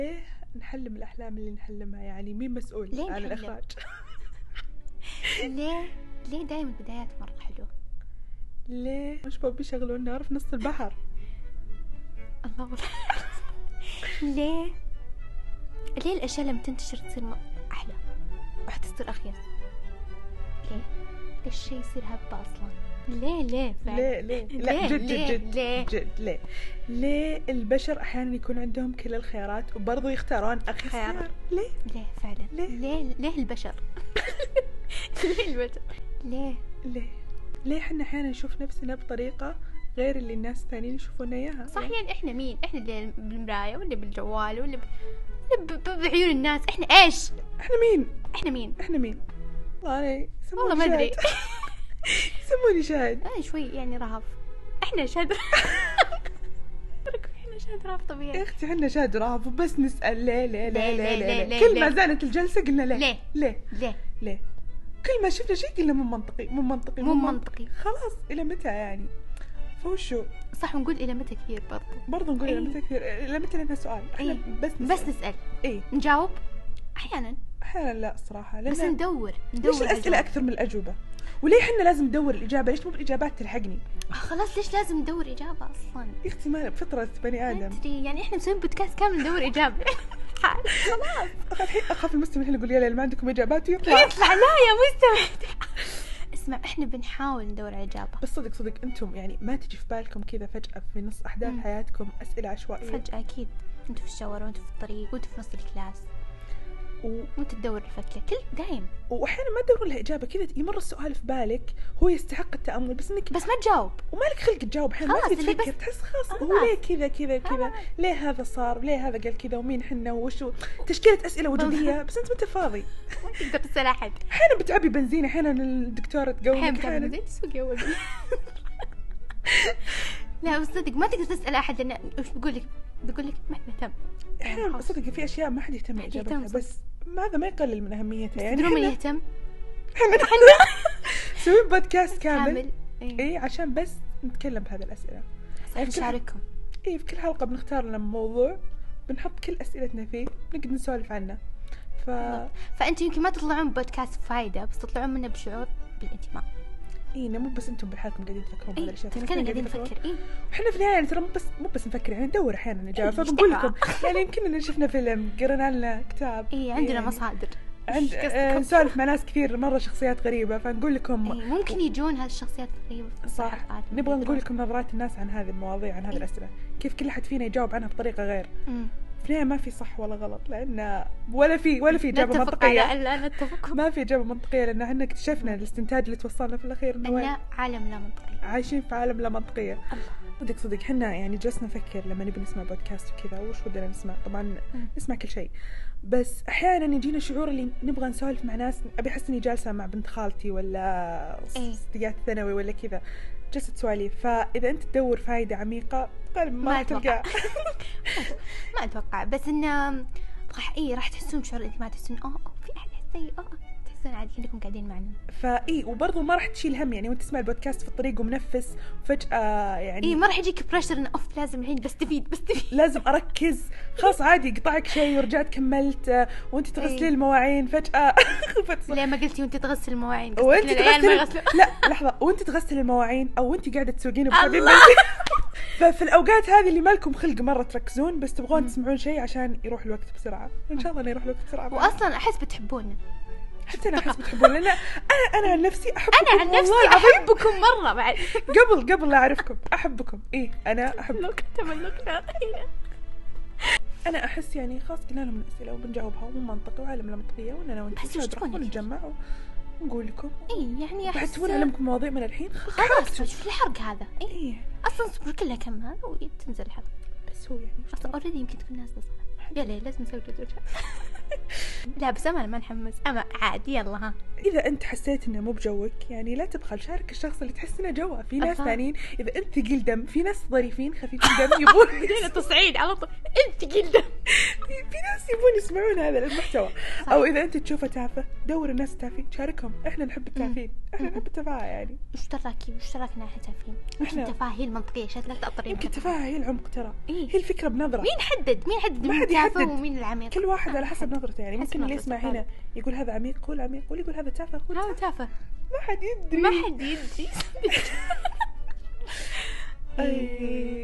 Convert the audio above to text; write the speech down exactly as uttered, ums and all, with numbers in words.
ليه نحلم الأحلام اللي نحلمها؟ يعني مين مسؤول عن الإخراج؟ ليه ليه دائما بدايات مرة حلوة؟ ليه مش بابي يشغلون نار في نص البحر؟ الله والله. ليه ليه الأشياء لما تنتشر تصير أحلى وحتصير أخيس؟ ليه ليش الشيء يصير هبة أصلا؟ ليه ليه ليه ليه لا جد جد جد جد ليه ليه البشر أحيانا يكون عندهم كل الخيارات وبرضو يختارون أخيس خيار؟ ليه ليه فعلا ليه ليه, ليه البشر ليه البشر ليه ليه ليه احنا أحيانا نشوف نفسنا بطريقة غير اللي الناس الثانيين يشوفونا إياها؟ صح. يعني إحنا مين؟ إحنا اللي بالمراية ولا بالجوال ولا ب... بعيون الناس؟ إحنا إيش؟ إحنا مين؟ إحنا مين؟ إحنا مين؟ والله والله ما أدري. سموني شاهد. أنا شوي يعني رهف. إحنا شاهد. إحنا شاهد رهف طبيعي. يا أختي إحنا شاهد رهف وبس نسأل ليه ليه ليه ليه ليه, ليه كل ما زانت الجلسة قلنا ليه ليه ليه ليه, ليه. كل ما شفنا شيء قلنا مو منطقي مو منطقي مو منطقي. خلاص إلى متى يعني؟ فوشو صح. ونقول إلى متى كثير برضو برضو نقول إلى متى كثير. إلى متى لنا سؤال إحنا بس نسأل. بس نسأل إيه نجاوب أحيانا أحيانا لا الصراحة بس ندور ندور ليش الأسئلة أكثر من الأجوبة؟ وليه إحنا لازم ندور الإجابة؟ ليش مو بالإجابات تلحقني؟ خلاص ليش لازم ندور إجابة أصلا؟ يا أختي ما فطرة بني آدم. أدري يعني إحنا مسوين بودكاست كامل ندور إجابة. خلاص الحين أخاف المستمع هنا يقول يلا ما عندكم إجابات ويطلع يطلع لا يا مستمع. اسمع إحنا بنحاول ندور على إجابة. بس صدق صدق أنتم يعني ما تجي في بالكم كذا فجأة في نص أحداث مم. حياتكم أسئلة عشوائية؟ فجأة أكيد أنتوا في الشاور وأنتوا في الطريق وأنتوا في نص الكلاس و... وأنت تدور الفكرة كل دايم. وأحيانا ما تدور لها إجابة كذا يمر السؤال في بالك هو يستحق التأمل بس إنك بس ما تجاوب ومالك خلق تجاوب. أحيانا ما تبي تفكر تحس خلاص هو ليه كذا كذا كذا ليه هذا صار ليه هذا قال كذا ومين حنا وشو تشكيلة أسئلة وجودية بس أنت ما أنت فاضي. ما تقدر تسأل أحد. أحيانا بتعبي بنزين أحيانا الدكتورة تقومك أحيانا بتعبي بنزين تسوقي أول. لا بس صدق ما تقدر تسأل أحد لأن وش بقول لك بقول لك ما مهتم. أحيانا صدق في أشياء ما حد يهتم إجابتها بس ما هذا ما يقلل من أهميتها. يعني تدرون من يهتم؟ احنا سوين بودكاست كامل, كامل. إيه. ايه عشان بس نتكلم بهذه الأسئلة. نشارككم. ايه في كل حلقة بنختار لنا موضوع بنحط كل أسئلتنا فيه نقدر نسولف عنه. ف فأنتوا يمكن ما تطلعون بودكاست فايدة بس تطلعون منه بشعور بالانتماء. ايه مو بس انتم بالحالكم قاعدين تفكرون بهذه الاشياء. إيه. كنا قاعدين نفكر. ايه احنا في النهاية يعني ترى مو بس مو بس نفكر يعني ندور احيانا نجاوب. فبنقول لكم يعني يمكن ان شفنا فيلم قرينا لنا كتاب. ايه عندنا يعني مصادر. عند آه نسولف مع ناس كثير مرة شخصيات غريبة فنقول لكم إيه ممكن يجون هذه الشخصيات الغريبة. صح. نبغى نقول لكم نظرات الناس عن هذه المواضيع عن هذه إيه؟ الأسئلة كيف كل أحد فينا يجاوب عنها بطريقة غير. مم. في النهاية ما في صح ولا غلط لأن ولا في ولا في إجابة منطقية. لا نتفق. ما في إجابة منطقية لأن احنا اكتشفنا الاستنتاج اللي توصلنا في الأخير إنه عالم لا منطقي. عايشين في عالم لا منطقية. صدق صدق حنا يعني جلسنا نفكر لما نبي نسمع بودكاست وكذا وش ودنا نسمع. طبعا م. نسمع كل شيء بس أحيانا يجينا شعور اللي نبغى نسولف مع ناس أبي أحس إني جالسة مع بنت خالتي ولا صديقات ثانوي ولا كذا جلسة سواليف. فإذا أنت تدور فايدة عميقة غالبا ما, ما تلقى. ما أتوقع بس إنه راح إيه راح تحسون شعور الانتماء تحسون أوه في أحد يحسي أوه تحسون عادي كأنكم قاعدين معنا. فإيه وبرضو ما راح تشيل هم يعني وأنت تسمع البودكاست في الطريق ومنفس وفجأة يعني إيه ما راح يجيك بريشر إنه أوف لازم الحين بستفيد بستفيد لازم أركز خلاص عادي قطعك شيء ورجعت كملت وأنت تغسلي المواعين فجأة. ليه ما قلتي وأنت تغسل المواعين؟ وأنت تغسل لا لحظة وأنت تغسل المواعين أو أنت قاعدة تسوقين بحبيب ففي الأوقات هذه اللي مالكم خلق مرة تركزون بس تبغون تسمعون شيء عشان يروح الوقت بسرعة. إن شاء الله إنه يروح الوقت بسرعة. وأصلا أحس بتحبوننا. حتى أنا أحس بتحبون لأن أنا أنا عن نفسي أحبكم. أنا عن نفسي أحبكم مرة بعد. قبل قبل لا أعرفكم أحبكم. إيه أنا أحبكم. تملكنا. أنا أحس يعني خلاص قلنا لهم الأسئلة وبنجاوبها ومو منطقي وعالم لا منطقية وأنا وأنت نتجمع ونقول لكم. إيه يعني أحس. بعتون علمكم مواضيع من الحين. خلاص شوف الحرق هذا. إيه. إيه. أصلاً صبر كلها كم هذا وتنزل الحلقة. بس هو يعني. أصلاً أوريدي يمكن تكون ناس تصل. يلا لازم نسوي جدول. لا بس أنا ما نحمس أما عادي يلا ها. إذا أنت حسيت إنه مو بجوك يعني لا تبخل شارك الشخص اللي تحس إنه جوه. في ناس ثانيين إذا أنت ثقيل دم في ناس ظريفين خفيفين دم يبون بدينا تصعيد على طول. أنت ثقيل دم. في ناس يبون يسمعون هذا المحتوى. او اذا انت تشوفه تافه دور الناس التافهين شاركهم، احنا نحب التافهين، احنا نحب التفاهه يعني. وش تراكي وش تراكنا احنا تافهين؟ يمكن التفاهه هي المنطقيه، شكلك تأطرين. يمكن التفاهه هي العمق ترى. إيه؟ هي الفكره بنظره. مين حدد مين حدد ما مين حد التافه يحدد. ومين العميق؟ كل واحد على حسب نظرته يعني. ممكن اللي يسمع هنا يقول هذا عميق قول عميق، واللي يقول هذا تافه قول هذا تافه. ما حد يدري. ما حد يدري. أي